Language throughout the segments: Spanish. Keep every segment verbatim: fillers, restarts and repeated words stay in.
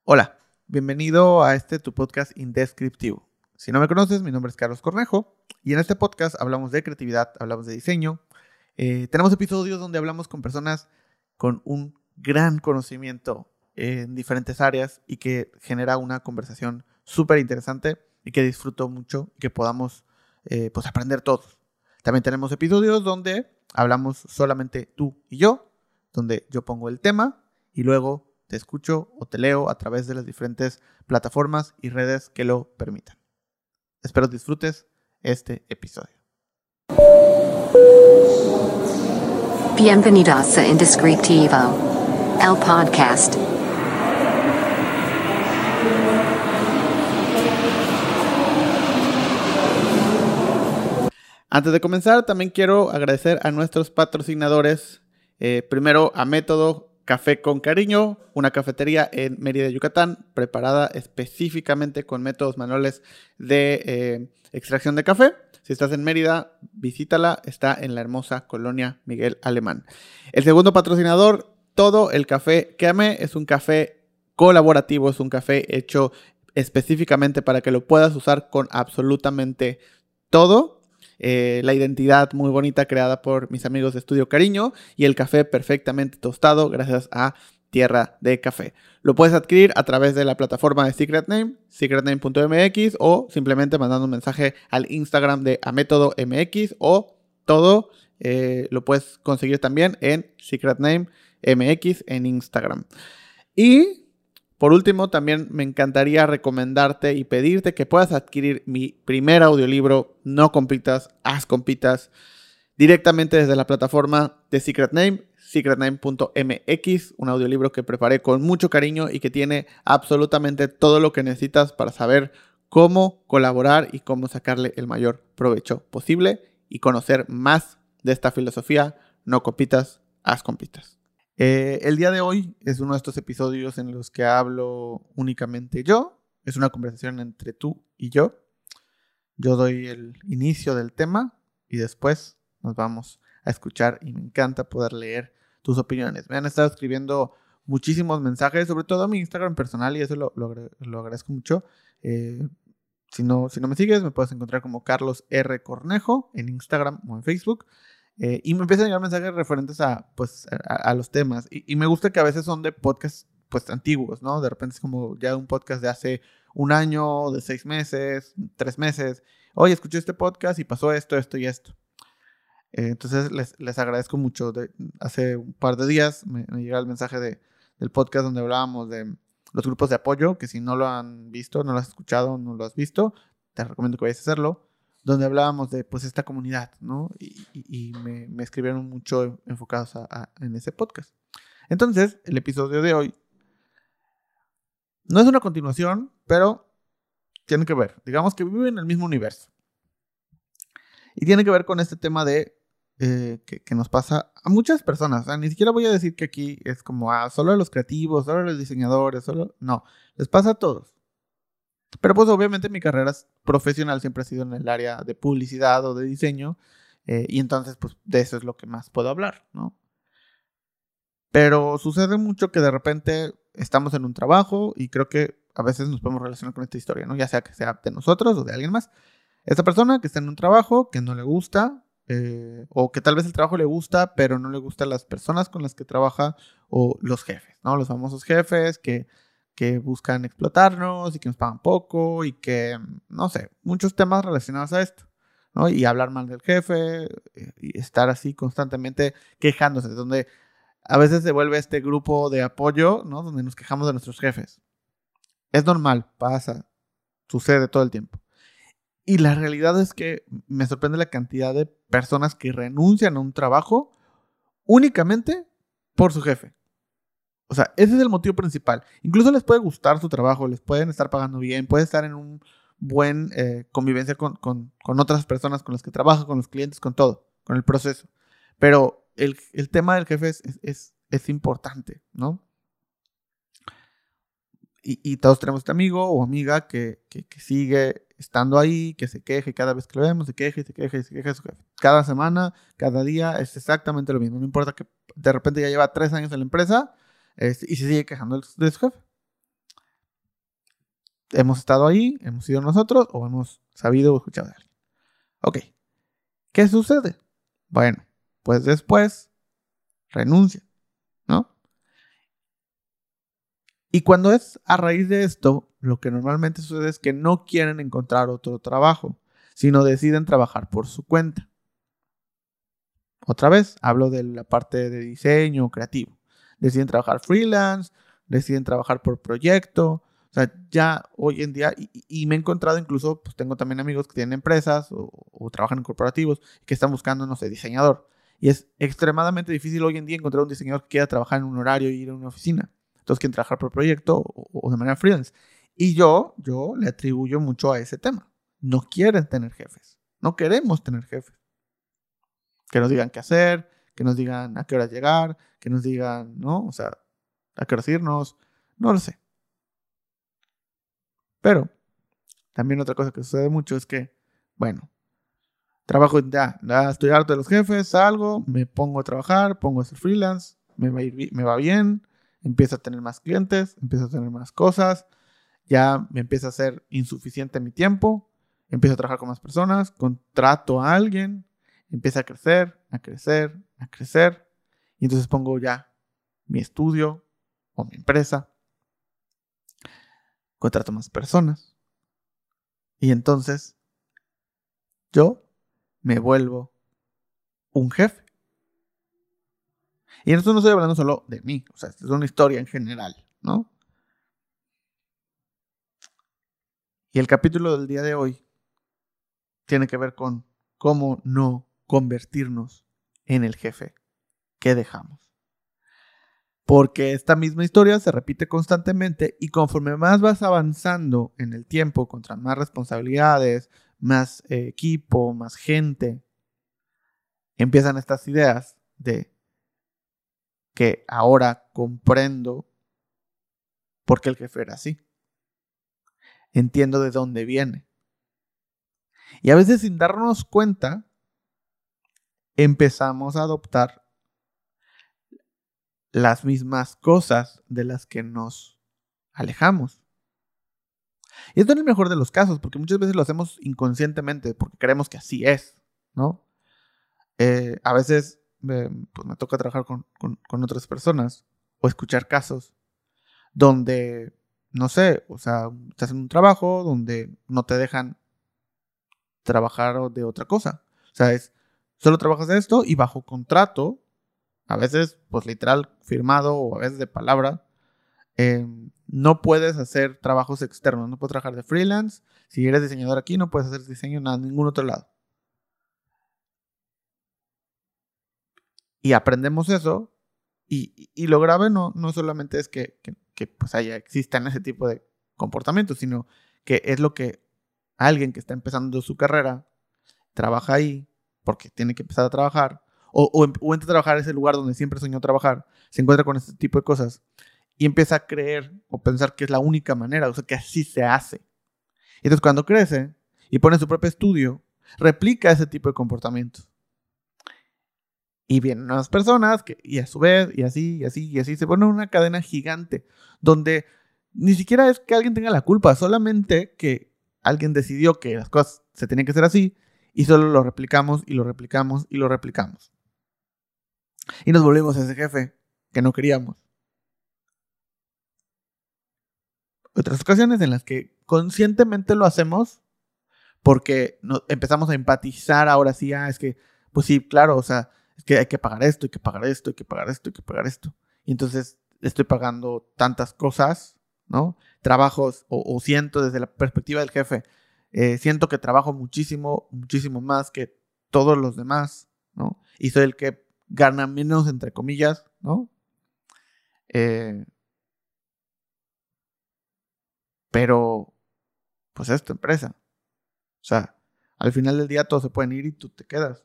Hola, bienvenido a este tu podcast Indescriptivo. Si no me conoces, mi nombre es Carlos Cornejo y en este podcast hablamos de creatividad, hablamos de diseño. Eh, tenemos episodios donde hablamos con personas con un gran conocimiento en diferentes áreas y que genera una conversación súper interesante y que disfruto mucho y que podamos eh, pues aprender todos. También tenemos episodios donde hablamos solamente tú y yo, donde yo pongo el tema y luego te escucho o te leo a través de las diferentes plataformas y redes que lo permitan. Espero disfrutes este episodio. Bienvenidos a Indescriptivo, el podcast. Antes de comenzar, también quiero agradecer a nuestros patrocinadores. Eh, primero, a Método Café con Cariño, una cafetería en Mérida, Yucatán, preparada específicamente con métodos manuales de eh, extracción de café. Si estás en Mérida, visítala, está en la hermosa colonia Miguel Alemán. El segundo patrocinador, Todo el Café que Amé, es un café colaborativo, es un café hecho específicamente para que lo puedas usar con absolutamente todo. Eh, la identidad muy bonita creada por mis amigos de Estudio Cariño y el café perfectamente tostado gracias a Tierra de Café. Lo puedes adquirir a través de la plataforma de Secret Name, secret name punto m x, o simplemente mandando un mensaje al Instagram de amétodo m x, o todo eh, lo puedes conseguir también en Secret Name M X en Instagram. Y por último, también me encantaría recomendarte y pedirte que puedas adquirir mi primer audiolibro, No Compitas, Haz Compitas, directamente desde la plataforma de Secret Name, secret name punto m x, un audiolibro que preparé con mucho cariño y que tiene absolutamente todo lo que necesitas para saber cómo colaborar y cómo sacarle el mayor provecho posible y conocer más de esta filosofía, No Compitas, Haz Compitas. Eh, el día de hoy es uno de estos episodios en los que hablo únicamente yo. Es una conversación entre tú y yo. Yo doy el inicio del tema y después nos vamos a escuchar y me encanta poder leer tus opiniones. Me han estado escribiendo muchísimos mensajes, sobre todo a mi Instagram personal, y eso lo, lo, lo agradezco mucho. Eh, si, no, si no me sigues, me puedes encontrar como Carlos R. Cornejo en Instagram o en Facebook. Eh, y me empiezan a llegar mensajes referentes a, pues, a, a los temas. Y, y me gusta que a veces son de podcasts pues, antiguos, ¿no? De repente es como ya un podcast de hace un año, de seis meses, tres meses. Oye, escuché este podcast y pasó esto, esto y esto. Eh, entonces les, les agradezco mucho. De, hace un par de días me, me llega el mensaje de, del podcast donde hablábamos de los grupos de apoyo, que si no lo han visto, no lo has escuchado, no lo has visto, te recomiendo que vayas a hacerlo, donde hablábamos de pues esta comunidad, ¿no? Y, y, y me, me escribieron mucho enfocados a, a, en ese podcast. Entonces, el episodio de hoy no es una continuación, pero tiene que ver. Digamos que viven en el mismo universo. Y tiene que ver con este tema de eh, que, que nos pasa a muchas personas. O sea, ni siquiera voy a decir que aquí es como ah, solo a los creativos, solo a los diseñadores, solo... No, les pasa a todos. Pero pues obviamente mi carrera profesional siempre ha sido en el área de publicidad o de diseño. Eh, y entonces pues de eso es lo que más puedo hablar, ¿no? Pero sucede mucho que de repente estamos en un trabajo y creo que a veces nos podemos relacionar con esta historia, ¿no? Ya sea que sea de nosotros o de alguien más. Esta persona que está en un trabajo que no le gusta, eh, o que tal vez el trabajo le gusta, pero no le gustan las personas con las que trabaja o los jefes, ¿no? Los famosos jefes que, que buscan explotarnos y que nos pagan poco y que, no sé, muchos temas relacionados a esto, ¿no? Y hablar mal del jefe y estar así constantemente quejándose, donde a veces se vuelve este grupo de apoyo, ¿no? Donde nos quejamos de nuestros jefes. Es normal, pasa, sucede todo el tiempo. Y la realidad es que me sorprende la cantidad de personas que renuncian a un trabajo únicamente por su jefe. O sea, ese es el motivo principal. Incluso les puede gustar su trabajo, les pueden estar pagando bien, puede estar en un buen eh, convivencia con, con, con otras personas con las que trabaja, con los clientes, con todo, con el proceso. Pero el, el tema del jefe es, es, es importante, ¿no? Y, y todos tenemos este amigo o amiga que, que, que sigue estando ahí, que se queje cada vez que lo vemos, se queje, se queje, se queje de su jefe. Cada semana, cada día es exactamente lo mismo. No importa que de repente ya lleva tres años en la empresa eh, y se sigue quejando de su jefe. hemos estado ahí, hemos sido nosotros o hemos sabido o escuchado de alguien. Ok, ¿qué sucede? Bueno, pues después renuncia, ¿no? Y cuando es a raíz de esto, lo que normalmente sucede es que no quieren encontrar otro trabajo, sino deciden trabajar por su cuenta. Otra vez, hablo de la parte de diseño creativo. Deciden trabajar freelance, deciden trabajar por proyecto. O sea, ya hoy en día, y, y me he encontrado incluso, pues tengo también amigos que tienen empresas o, o trabajan en corporativos que están buscando, no sé, diseñador. Y es extremadamente difícil hoy en día encontrar un diseñador que quiera trabajar en un horario y ir a una oficina. Entonces quieren trabajar por proyecto o, o de manera freelance. Y yo, yo le atribuyo mucho a ese tema. No quieren tener jefes. No queremos tener jefes. Que nos digan qué hacer, que nos digan a qué horas llegar, que nos digan, ¿no? O sea, a qué horas irnos. No lo sé. Pero también otra cosa que sucede mucho es que, bueno, trabajo ya, ya estoy harto de los jefes, salgo, me pongo a trabajar, pongo a hacer freelance, me va, a ir, me va bien, empiezo a tener más clientes, empiezo a tener más cosas, ya me empieza a ser insuficiente mi tiempo, empiezo a trabajar con más personas, contrato a alguien, empieza a crecer, a crecer, a crecer, y entonces pongo ya mi estudio o mi empresa, contrato más personas, y entonces yo me vuelvo un jefe. Y en esto no estoy hablando solo de mí, o sea, es una historia en general, ¿no? Y el capítulo del día de hoy tiene que ver con cómo no convertirnos en el jefe que dejamos. Porque esta misma historia se repite constantemente y conforme más vas avanzando en el tiempo, contra más responsabilidades, más eh, equipo, más gente, empiezan estas ideas de que ahora comprendo por qué el jefe era así. Entiendo de dónde viene. Y a veces sin darnos cuenta, empezamos a adoptar las mismas cosas de las que nos alejamos. Y esto no es el mejor de los casos, porque muchas veces lo hacemos inconscientemente, porque creemos que así es, ¿no? Eh, a veces eh, pues me toca trabajar con, con, con otras personas o escuchar casos donde, no sé, o sea, estás en un trabajo donde no te dejan trabajar de otra cosa. O sea, es, solo trabajas de esto y bajo contrato, a veces, pues literal, firmado o a veces de palabra, eh, no puedes hacer trabajos externos, no puedes trabajar de freelance. Si eres diseñador aquí, no puedes hacer diseño en ningún otro lado. Y aprendemos eso. Y, y lo grave no, no solamente es que, que, que pues haya, existan ese tipo de comportamientos, sino que es lo que alguien que está empezando su carrera trabaja ahí porque tiene que empezar a trabajar o, o, o entra a trabajar en ese lugar donde siempre soñó trabajar, se encuentra con este tipo de cosas y empieza a creer o pensar que es la única manera, o sea, que así se hace. Y entonces cuando crece y pone su propio estudio, replica ese tipo de comportamientos. Y vienen nuevas personas que, y a su vez, y así, y así, y así, se pone una cadena gigante donde ni siquiera es que alguien tenga la culpa, solamente que alguien decidió que las cosas se tenían que hacer así y solo lo replicamos y lo replicamos y lo replicamos. Y nos volvimos a ese jefe que no queríamos. Otras ocasiones en las que conscientemente lo hacemos porque nos empezamos a empatizar ahora sí, ah, es que, pues sí, claro, o sea, es que hay que pagar esto, hay que pagar esto, hay que pagar esto, hay que pagar esto. Y entonces estoy pagando tantas cosas, ¿no? Trabajos, o, o siento desde la perspectiva del jefe, eh, siento que trabajo muchísimo, muchísimo más que todos los demás, ¿no? Y soy el que gana menos, entre comillas, ¿no? Eh, pero, pues es tu empresa. O sea, al final del día todos se pueden ir y tú te quedas.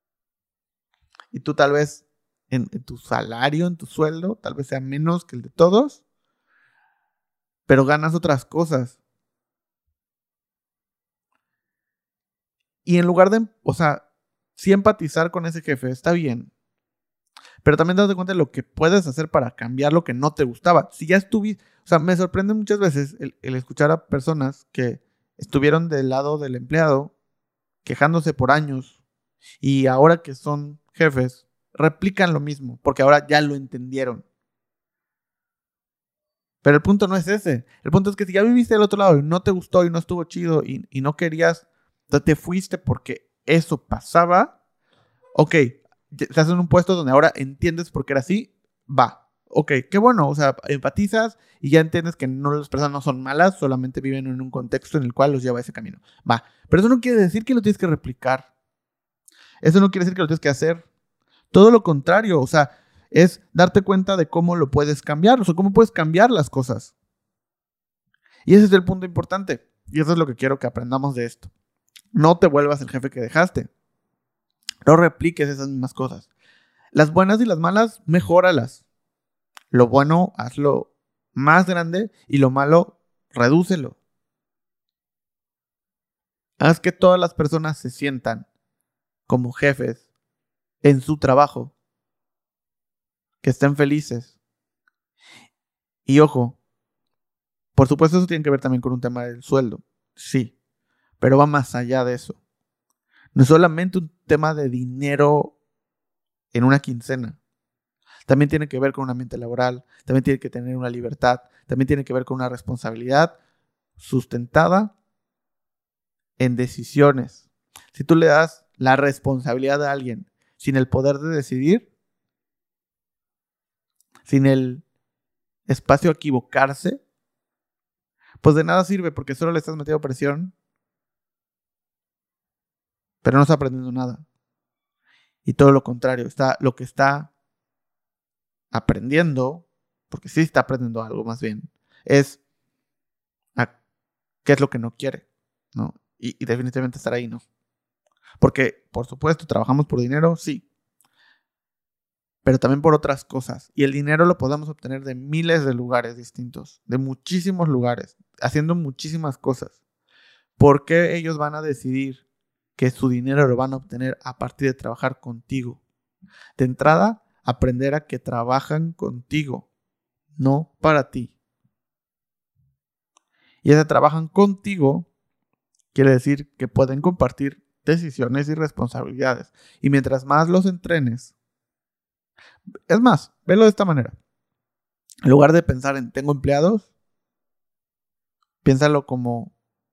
Y tú tal vez en, en tu salario, en tu sueldo, tal vez sea menos que el de todos, pero ganas otras cosas. Y en lugar de, o sea, sí empatizar con ese jefe, está bien. Pero también date cuenta de lo que puedes hacer para cambiar lo que no te gustaba. Si ya estuviste, o sea, me sorprende muchas veces el, el escuchar a personas que estuvieron del lado del empleado quejándose por años y ahora que son jefes replican lo mismo porque ahora ya lo entendieron. Pero el punto no es ese. El punto es que si ya viviste del otro lado y no te gustó y no estuvo chido y, y no querías, te fuiste porque eso pasaba, ok, estás en un puesto donde ahora entiendes por qué era así, va. Ok, qué bueno, o sea, empatizas y ya entiendes que no, las personas no son malas, solamente viven en un contexto en el cual los lleva a ese camino. Va, pero eso no quiere decir que lo tienes que replicar. Eso no quiere decir que lo tienes que hacer. Todo lo contrario, o sea, es darte cuenta de cómo lo puedes cambiar, o sea, cómo puedes cambiar las cosas. Y ese es el punto importante. Y eso es lo que quiero que aprendamos de esto. No te vuelvas el jefe que dejaste. No repliques esas mismas cosas. Las buenas y las malas, mejóralas. Lo bueno, hazlo más grande y lo malo, redúcelo. Haz que todas las personas se sientan como jefes en su trabajo. Que estén felices. Y ojo, por supuesto eso tiene que ver también con un tema del sueldo. Sí, pero va más allá de eso. No es solamente un tema de dinero en una quincena. También tiene que ver con un ambiente laboral, también tiene que tener una libertad, también tiene que ver con una responsabilidad sustentada en decisiones. Si tú le das la responsabilidad a alguien sin el poder de decidir, sin el espacio a equivocarse, pues de nada sirve porque solo le estás metiendo presión, pero no está aprendiendo nada. Y todo lo contrario, está, lo que está aprendiendo, porque sí está aprendiendo algo más bien, es a qué es lo que no quiere, ¿no? Y, y definitivamente estar ahí, ¿no? Porque, por supuesto, trabajamos por dinero, sí, pero también por otras cosas. Y el dinero lo podemos obtener de miles de lugares distintos, de muchísimos lugares, haciendo muchísimas cosas. ¿Por qué ellos van a decidir que su dinero lo van a obtener a partir de trabajar contigo? De entrada, aprender a que trabajan contigo, no para ti. Y ese trabajan contigo quiere decir que pueden compartir decisiones y responsabilidades. Y mientras más los entrenes, es más, velo de esta manera. En lugar de pensar en tengo empleados, piénsalo como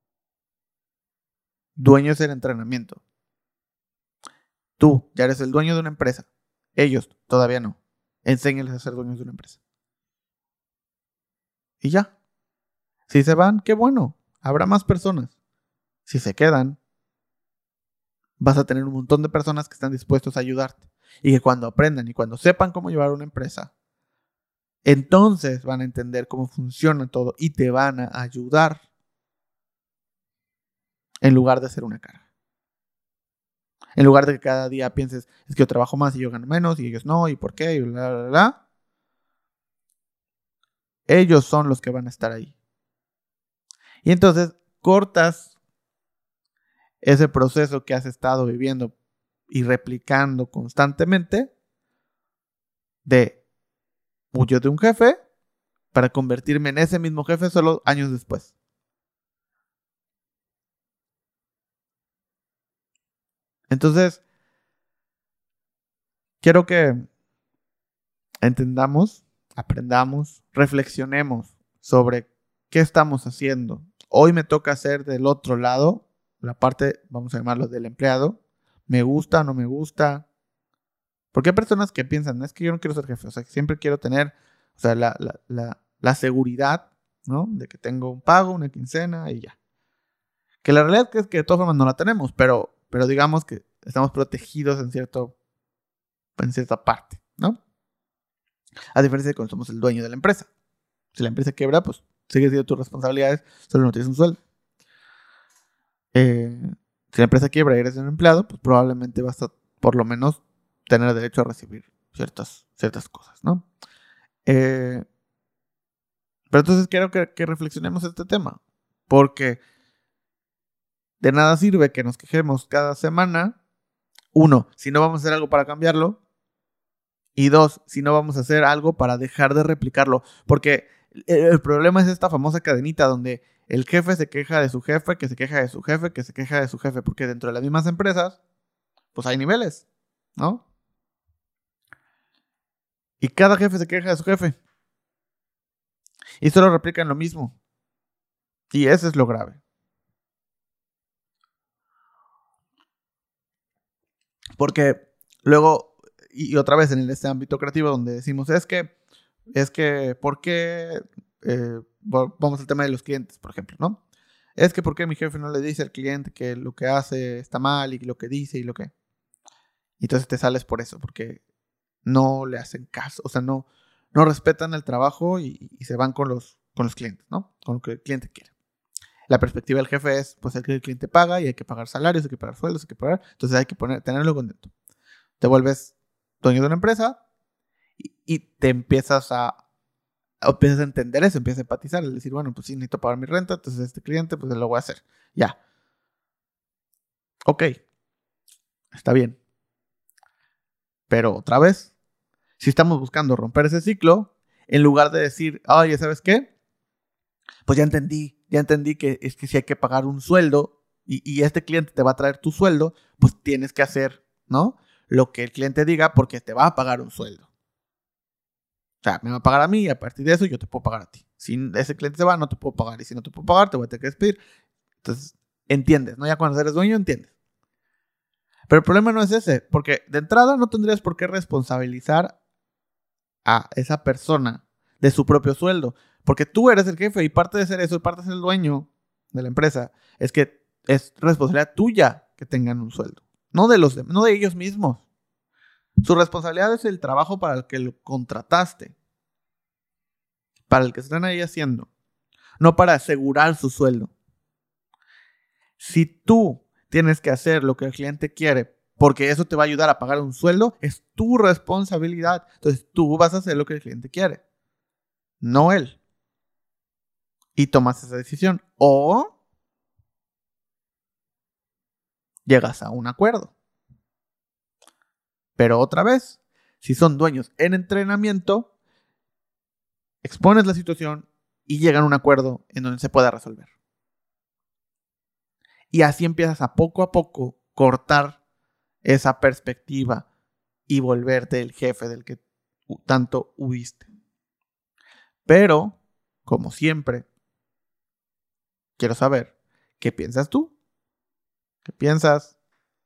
dueños del entrenamiento. Tú ya eres el dueño de una empresa. Ellos todavía no. Enséñales a ser dueños de una empresa. Y ya. Si se van, qué bueno. Habrá más personas. Si se quedan, vas a tener un montón de personas que están dispuestos a ayudarte. Y que cuando aprendan y cuando sepan cómo llevar una empresa, entonces van a entender cómo funciona todo y te van a ayudar en lugar de ser una carga. En lugar de que cada día pienses, es que yo trabajo más y yo gano menos y ellos no, y por qué, y bla, bla, bla. Ellos son los que van a estar ahí. Y entonces cortas ese proceso que has estado viviendo y replicando constantemente de huyo de un jefe para convertirme en ese mismo jefe solo años después. Entonces, quiero que entendamos, aprendamos, reflexionemos sobre qué estamos haciendo. Hoy me toca hacer del otro lado, la parte, vamos a llamarlo del empleado. ¿Me gusta o no me gusta? Porque hay personas que piensan, es que yo no quiero ser jefe, o sea, que siempre quiero tener, o sea, la, la, la, la seguridad, ¿no? De que tengo un pago, una quincena y ya. Que la realidad es que de todas formas no la tenemos, pero, pero digamos que estamos protegidos en, cierto, en cierta parte, ¿no? A diferencia de cuando somos el dueño de la empresa. Si la empresa quiebra, pues sigue siendo tus responsabilidades, solo no tienes un sueldo. Eh, si la empresa quiebra y eres un empleado, pues probablemente vas a, por lo menos, tener derecho a recibir ciertas, ciertas cosas, ¿no? Eh, pero entonces quiero que, que reflexionemos este tema, porque de nada sirve que nos quejemos cada semana. Uno, si no vamos a hacer algo para cambiarlo. Y dos, si no vamos a hacer algo para dejar de replicarlo. Porque El, el problema es esta famosa cadenita donde el jefe se queja de su jefe, que se queja de su jefe, que se queja de su jefe, porque dentro de las mismas empresas, pues hay niveles, ¿no? Y cada jefe se queja de su jefe. Y solo replican lo mismo. Y eso es lo grave. Porque luego, y otra vez en este ámbito creativo donde decimos, es que, es que, ¿por qué? Eh, vamos al tema de los clientes, por ejemplo, ¿no? Es que, ¿por qué mi jefe no le dice al cliente que lo que hace está mal y lo que dice y lo que? Y entonces te sales por eso, porque no le hacen caso, o sea, no, no respetan el trabajo y, y se van con los, con los clientes, ¿no? Con lo que el cliente quiere. La perspectiva del jefe es, pues, el que el cliente paga y hay que pagar salarios, hay que pagar sueldos, hay que pagar, entonces hay que poner, tenerlo contento. Te vuelves dueño de una empresa y, y te empiezas a, empiezas a entender eso, empiezas a empatizar, es decir, bueno, pues sí, necesito pagar mi renta, entonces este cliente, pues lo voy a hacer. Ya. Ok. Está bien. Pero otra vez, si estamos buscando romper ese ciclo, en lugar de decir, oye, ¿sabes qué? Pues ya entendí, ya entendí que es que si hay que pagar un sueldo y, y este cliente te va a traer tu sueldo, pues tienes que hacer, ¿no? Lo que el cliente diga porque te va a pagar un sueldo. O sea, me va a pagar a mí y a partir de eso yo te puedo pagar a ti. Si ese cliente se va, no te puedo pagar. Y si no te puedo pagar, te voy a tener que despedir. Entonces, entiendes, ¿no? Ya cuando eres dueño, entiendes. Pero el problema no es ese, porque de entrada no tendrías por qué responsabilizar a esa persona de su propio sueldo. Porque tú eres el jefe y parte de ser eso, y parte de ser el dueño de la empresa, es que es responsabilidad tuya que tengan un sueldo. No de, los de, no de ellos mismos. Su responsabilidad es el trabajo para el que lo contrataste. Para el que están ahí haciendo. No para asegurar su sueldo. Si tú tienes que hacer lo que el cliente quiere porque eso te va a ayudar a pagar un sueldo, es tu responsabilidad. Entonces tú vas a hacer lo que el cliente quiere. No él. Y tomas esa decisión. O llegas a un acuerdo. Pero otra vez, si son dueños en entrenamiento, expones la situación y llegan a un acuerdo en donde se pueda resolver. Y así empiezas a poco a poco cortar esa perspectiva y volverte el jefe del que tanto huiste. Pero, como siempre, quiero saber, ¿qué piensas tú? ¿Qué piensas?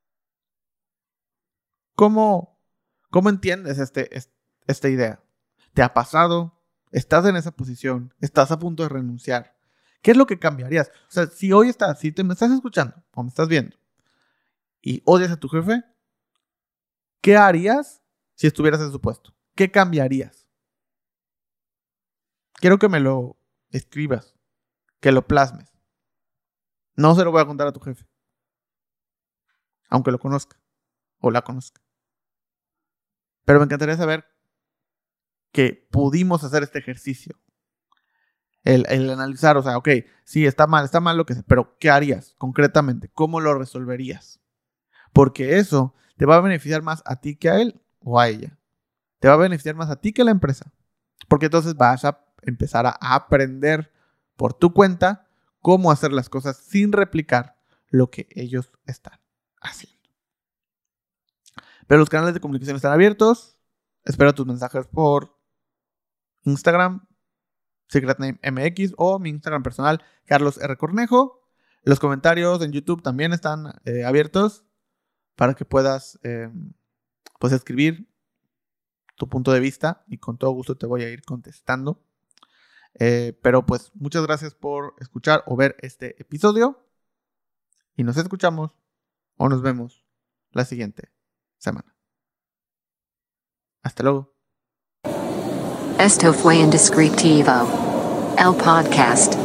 ¿Cómo, cómo entiendes este, este, esta idea? ¿Te ha pasado? ¿Estás en esa posición? ¿Estás a punto de renunciar? ¿Qué es lo que cambiarías? O sea, si hoy estás, si te me estás escuchando o me estás viendo y odias a tu jefe, ¿qué harías si estuvieras en su puesto? ¿Qué cambiarías? Quiero que me lo escribas, que lo plasmes. No se lo voy a contar a tu jefe, aunque lo conozca o la conozca. Pero me encantaría saber que pudimos hacer este ejercicio. El, el analizar, o sea, ok, sí, está mal, está mal lo que sea, pero ¿qué harías concretamente? ¿Cómo lo resolverías? Porque eso te va a beneficiar más a ti que a él o a ella. Te va a beneficiar más a ti que a la empresa. Porque entonces vas a empezar a aprender por tu cuenta cómo hacer las cosas sin replicar lo que ellos están haciendo. Pero los canales de comunicación están abiertos. Espero tus mensajes por Instagram, SecretNameMX, o mi Instagram personal, Carlos R. Cornejo. Los comentarios en YouTube también están eh, abiertos para que puedas eh, pues escribir tu punto de vista y con todo gusto te voy a ir contestando. Eh, pero pues muchas gracias por escuchar o ver este episodio y nos escuchamos o nos vemos la siguiente semana. Hasta luego. Esto fue Indescriptivo, el podcast.